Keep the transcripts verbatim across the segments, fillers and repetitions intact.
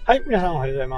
はい、皆さんおはようございます。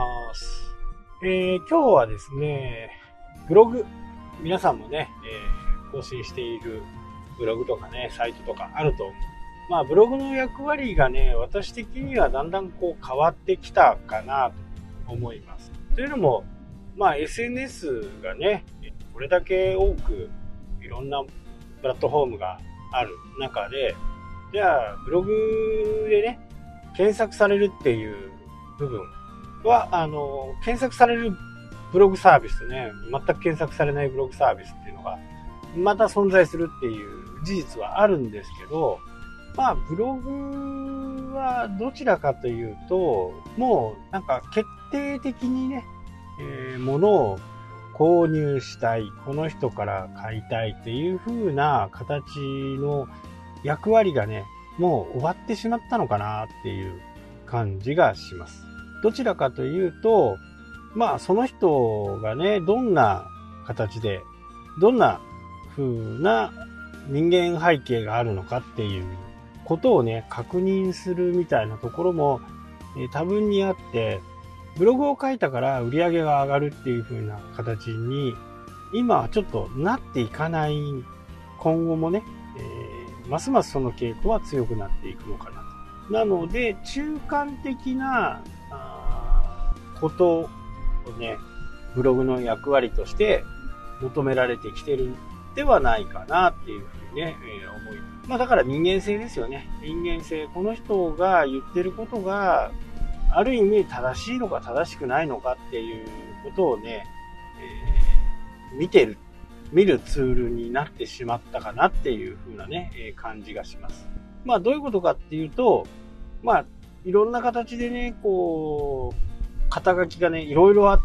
えー、今日はですね、ブログ、皆さんもね、えー、更新しているブログとかね、サイトとかあると思う。まあ、ブログの役割がね、私的にはだんだんこう変わってきたかなと思います。というのも、まあ、エスエヌエス がね、これだけ多くいろんなプラットフォームがある中で、じゃあ、ブログでね、検索されるっていう部分は、あの、検索されるブログサービスとね、全く検索されないブログサービスっていうのが、また存在するっていう事実はあるんですけど、まあ、ブログはどちらかというと、もうなんか決定的にね、えー、物を購入したい、この人から買いたいっていう風な形の役割がね、もう終わってしまったのかなっていう感じがします。どちらかというと、まあその人がね、どんな形で、どんな風な人間背景があるのかっていうことをね、確認するみたいなところも、えー、多分にあって、ブログを書いたから売り上げが上がるっていう風な形に、今はちょっとなっていかない、今後もね、えー、ますますその傾向は強くなっていくのかなと。なので、中間的なことをね、ブログの役割として求められてきてるではないかなっていうふうにね、えー、思い。まあだから人間性ですよね。人間性。この人が言ってることが、ある意味正しいのか正しくないのかっていうことをね、えー、見てる、見るツールになってしまったかなっていう風なね、えー、感じがします。まあどういうことかっていうと、まあいろんな形でね、こう、肩書きがね、いろいろあって、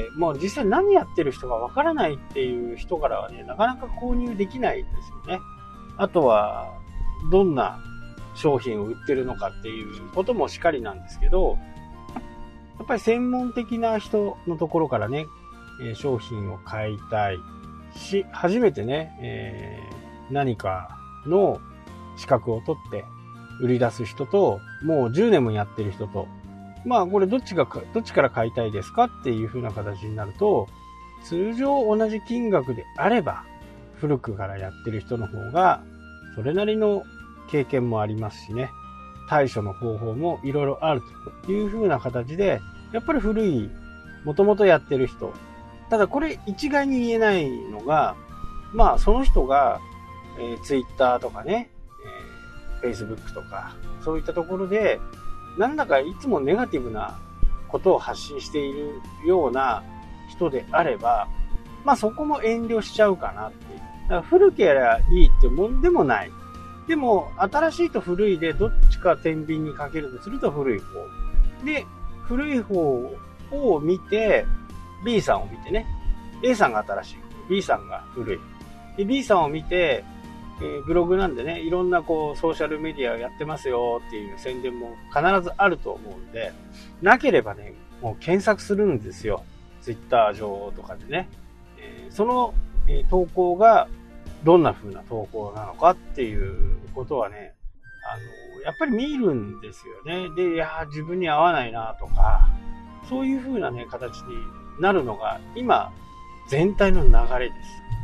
もう実際何やってる人がわからないっていう人からはね、なかなか購入できないんですよね。あとは、どんな商品を売ってるのかっていうこともしかりなんですけど、やっぱり専門的な人のところからね、商品を買いたいし、初めてね、えー、何かの資格を取って売り出す人と、もうじゅうねんもやってる人と、まあこれどっちが、どっちから買いたいですかっていう風な形になると、通常同じ金額であれば、古くからやってる人の方が、それなりの経験もありますしね、対処の方法もいろいろあるという風な形で、やっぱり古い、もともとやってる人。ただこれ一概に言えないのが、まあその人が、えー、Twitter とかね、えー、Facebook とか、そういったところで、なんだかいつもネガティブなことを発信しているような人であれば、まあそこも遠慮しちゃうかなっていう。だから古ければいいってもんでもない。でも、新しいと古いでどっちか天秤にかけるとすると古い方。で、古い方を見て、B さんを見てね、A さんが新しい方、B さんが古い。で、B さんを見て、えー、ブログなんでね、いろんなこうソーシャルメディアやってますよっていう宣伝も必ずあると思うんで、なければね、もう検索するんですよ。Twitter 上とかでね。えー、その、えー、投稿がどんな風な投稿なのかっていうことはね、あの、やっぱり見るんですよね。で、いや、自分に合わないなとか、そういう風なね、形になるのが今、全体の流れです。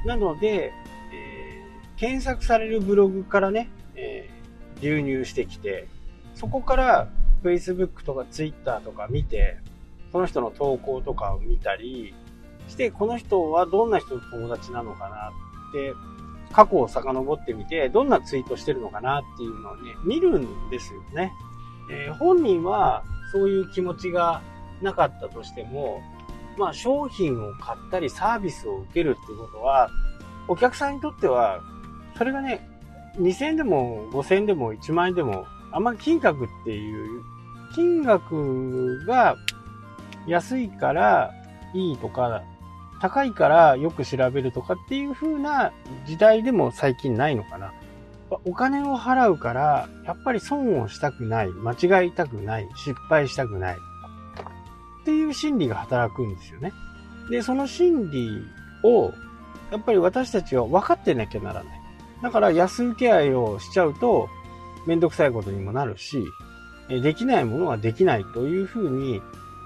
なので、検索されるブログからね、えー、流入してきて、そこから Facebook とか Twitter とか見て、その人の投稿とかを見たりして、この人はどんな人の友達なのかなって、過去を遡ってみて、どんなツイートしてるのかなっていうのをね、見るんですよね。えー、本人はそういう気持ちがなかったとしても、まあ商品を買ったりサービスを受けるっていうことは、お客さんにとってはそれがね、にせんえんでもごせんえんでもいちまんえんでも、あんまり金額っていう、金額が安いからいいとか、高いからよく調べるとかっていう風な時代でも最近ないのかな。お金を払うから、やっぱり損をしたくない、間違いたくない、失敗したくない。っていう心理が働くんですよね。で、その心理を、やっぱり私たちは分かってなきゃならない。だから安請け合いをしちゃうとめんどくさいことにもなるし、できないものはできないというふうに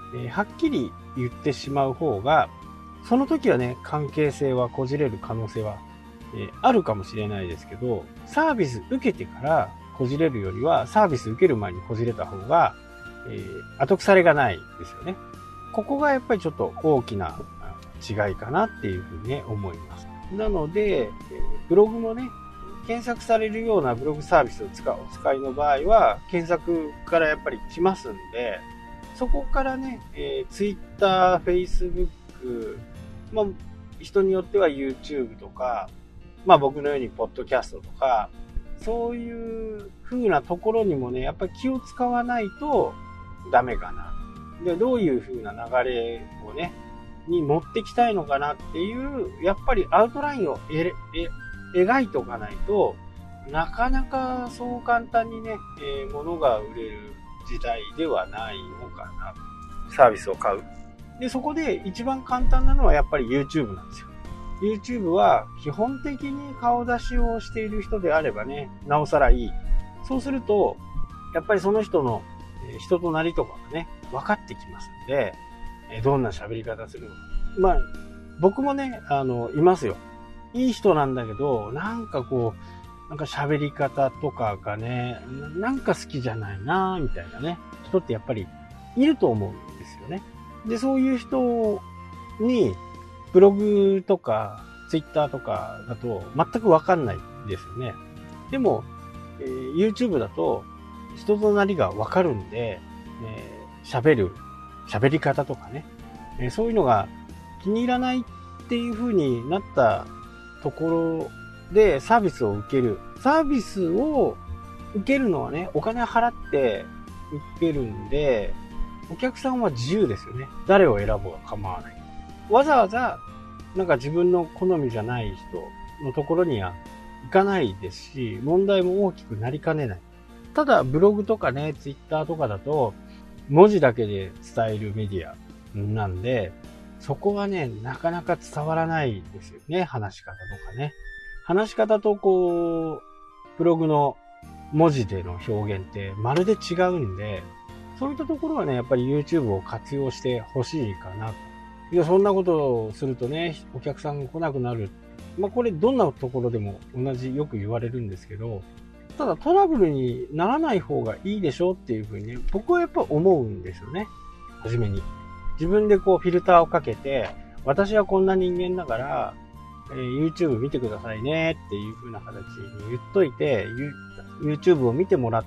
えー、はっきり言ってしまう方が、その時はね、関係性はこじれる可能性は、えー、あるかもしれないですけど、サービス受けてからこじれるよりは、サービス受ける前にこじれた方が、えー、後腐れがないですよね。ここがやっぱりちょっと大きな違いかなっていうふうにね、思います。なので、ブログもね、検索されるようなブログサービスを使う、お使いの場合は、検索からやっぱり来ますんで、そこからね、えー、Twitter、Facebook、まあ、人によっては YouTube とか、まあ僕のようにポッドキャストとか、そういう風なところにもね、やっぱり気を使わないとダメかな。で、どういう風な流れをね、に持ってきたいのかなっていう、やっぱりアウトラインをええ描いておかないと、なかなかそう簡単にね、えー、物が売れる時代ではないのかな。サービスを買う。で、そこで一番簡単なのはやっぱり YouTube なんですよ。YouTube は基本的に顔出しをしている人であればね、なおさらいい。そうすると、やっぱりその人の人となりとかがね、分かってきますんで、どんな喋り方するのか。まあ、僕もね、あの、いますよ。いい人なんだけど、なんかこう、なんか喋り方とかがね、なんか好きじゃないなみたいなね、人ってやっぱりいると思うんですよね。で、そういう人に、ブログとか、ツイッターとかだと全くわかんないですよね。でも、えー、YouTube だと人となりがわかるんで、喋、えー、る、喋り方とかね、えー、そういうのが気に入らないっていう風になったところでサービスを受ける。サービスを受けるのはね、お金払って受けるんで、お客さんは自由ですよね。誰を選ぼうが構わない。わざわざ、なんか自分の好みじゃない人のところには行かないですし、問題も大きくなりかねない。ただ、ブログとかね、ツイッターとかだと、文字だけで伝えるメディアなんで、そこはね、なかなか伝わらないですよね、話し方とかね。話し方とこう、ブログの文字での表現ってまるで違うんで、そういったところはね、やっぱり YouTube を活用してほしいかなと。いや、そんなことをするとね、お客さんが来なくなる。まあ、これどんなところでも同じよく言われるんですけど、ただトラブルにならない方がいいでしょっていうふうに、ね、僕はやっぱ思うんですよね。はじめに。自分でこうフィルターをかけて、私はこんな人間だから、えー、YouTube 見てくださいねっていう風な形に言っといて、YouTube を見てもらって、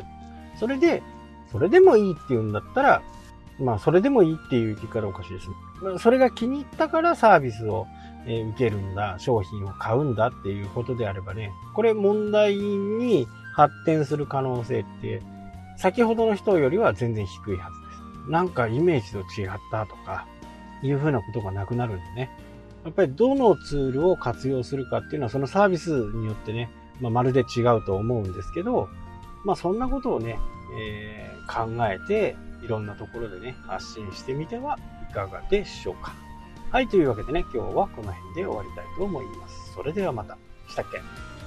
それで、それでもいいって言うんだったら、まあそれでもいいっていう言い方おかしいですね。それが気に入ったからサービスを受けるんだ、商品を買うんだっていうことであればね、これ問題に発展する可能性って、先ほどの人よりは全然低いはずです。なんかイメージと違ったとか、いうふうなことがなくなるんでね。やっぱりどのツールを活用するかっていうのはそのサービスによってね、まあ、まるで違うと思うんですけど、まあそんなことをね、えー、考えていろんなところでね、発信してみてはいかがでしょうか。はい、というわけでね、今日はこの辺で終わりたいと思います。それではまた。したっけ？